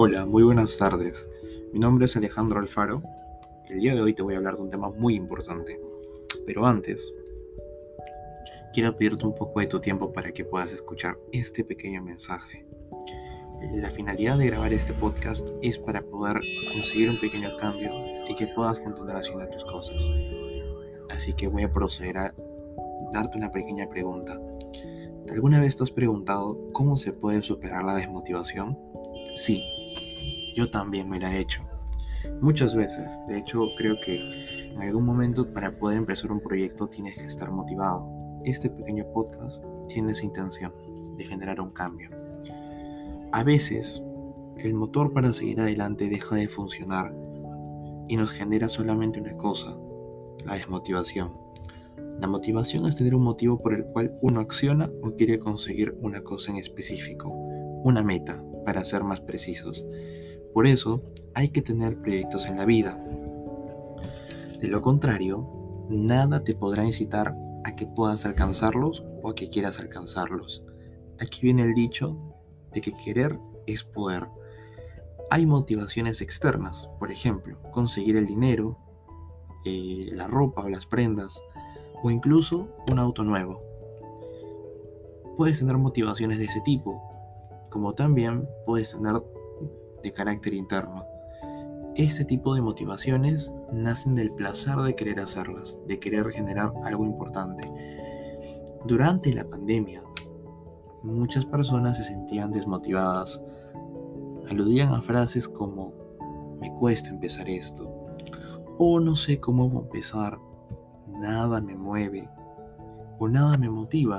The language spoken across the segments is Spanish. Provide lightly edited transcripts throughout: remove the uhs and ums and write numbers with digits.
Hola, muy buenas tardes. Mi nombre es Alejandro Alfaro. El día de hoy te voy a hablar de un tema muy importante. Pero antes, quiero pedirte un poco de tu tiempo para que puedas escuchar este pequeño mensaje. La finalidad de grabar este podcast es para poder conseguir un pequeño cambio y que puedas continuar haciendo tus cosas. Así que voy a proceder a darte una pequeña pregunta. ¿Alguna vez te has preguntado cómo se puede superar la desmotivación? Sí, yo también me la he hecho. Muchas veces. De hecho, creo que en algún momento para poder empezar un proyecto tienes que estar motivado. Este pequeño podcast tiene esa intención de generar un cambio. A veces, el motor para seguir adelante deja de funcionar y nos genera solamente una cosa, la desmotivación. La motivación es tener un motivo por el cual uno acciona o quiere conseguir una cosa en específico, una meta, para ser más precisos. Por eso, hay que tener proyectos en la vida. De lo contrario, nada te podrá incitar a que puedas alcanzarlos o a que quieras alcanzarlos. Aquí viene el dicho de que querer es poder. Hay motivaciones externas, por ejemplo, conseguir el dinero, la ropa o las prendas, o incluso un auto nuevo. Puedes tener motivaciones de ese tipo, como también puedes tener de carácter interno. Este tipo de motivaciones nacen del placer de querer hacerlas, de querer generar algo importante. Durante la pandemia, muchas personas se sentían desmotivadas. Aludían a frases como, me cuesta empezar esto, o no sé cómo empezar, nada me mueve, o nada me motiva.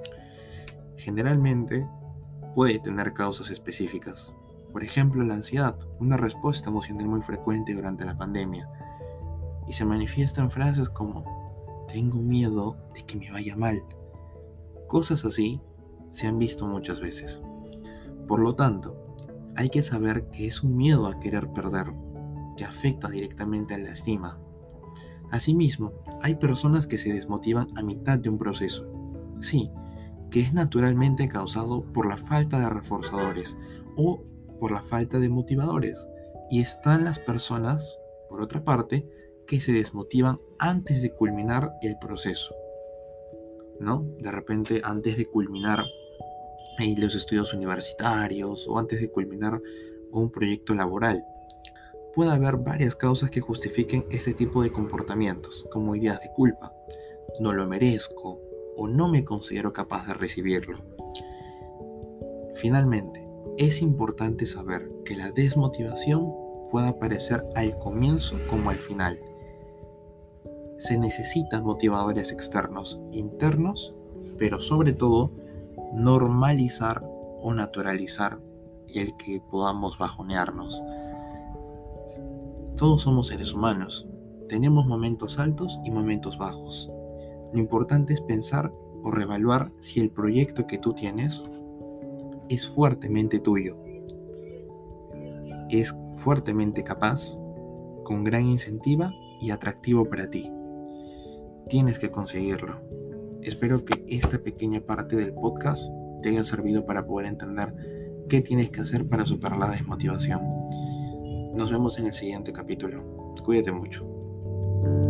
Generalmente puede tener causas específicas. Por ejemplo, la ansiedad, una respuesta emocional muy frecuente durante la pandemia, y se manifiesta en frases como, tengo miedo de que me vaya mal. Cosas así se han visto muchas veces. Por lo tanto, hay que saber que es un miedo a querer perder, que afecta directamente a la estima. Asimismo, hay personas que se desmotivan a mitad de un proceso. Sí, que es naturalmente causado por la falta de reforzadores o por la falta de motivadores. Y están las personas, por otra parte, que se desmotivan antes de culminar el proceso, ¿no? De repente, antes de culminar los estudios universitarios o antes de culminar un proyecto laboral. Puede haber varias causas que justifiquen este tipo de comportamientos, como ideas de culpa, no lo merezco o no me considero capaz de recibirlo. Finalmente, es importante saber que la desmotivación puede aparecer al comienzo como al final. Se necesitan motivadores externos, internos, pero sobre todo normalizar o naturalizar el que podamos bajonearnos. Todos somos seres humanos, tenemos momentos altos y momentos bajos. Lo importante es pensar o reevaluar si el proyecto que tú tienes es fuertemente tuyo, es fuertemente capaz, con gran incentiva y atractivo para ti. Tienes que conseguirlo. Espero que esta pequeña parte del podcast te haya servido para poder entender qué tienes que hacer para superar la desmotivación. Nos vemos en el siguiente capítulo. Cuídate mucho.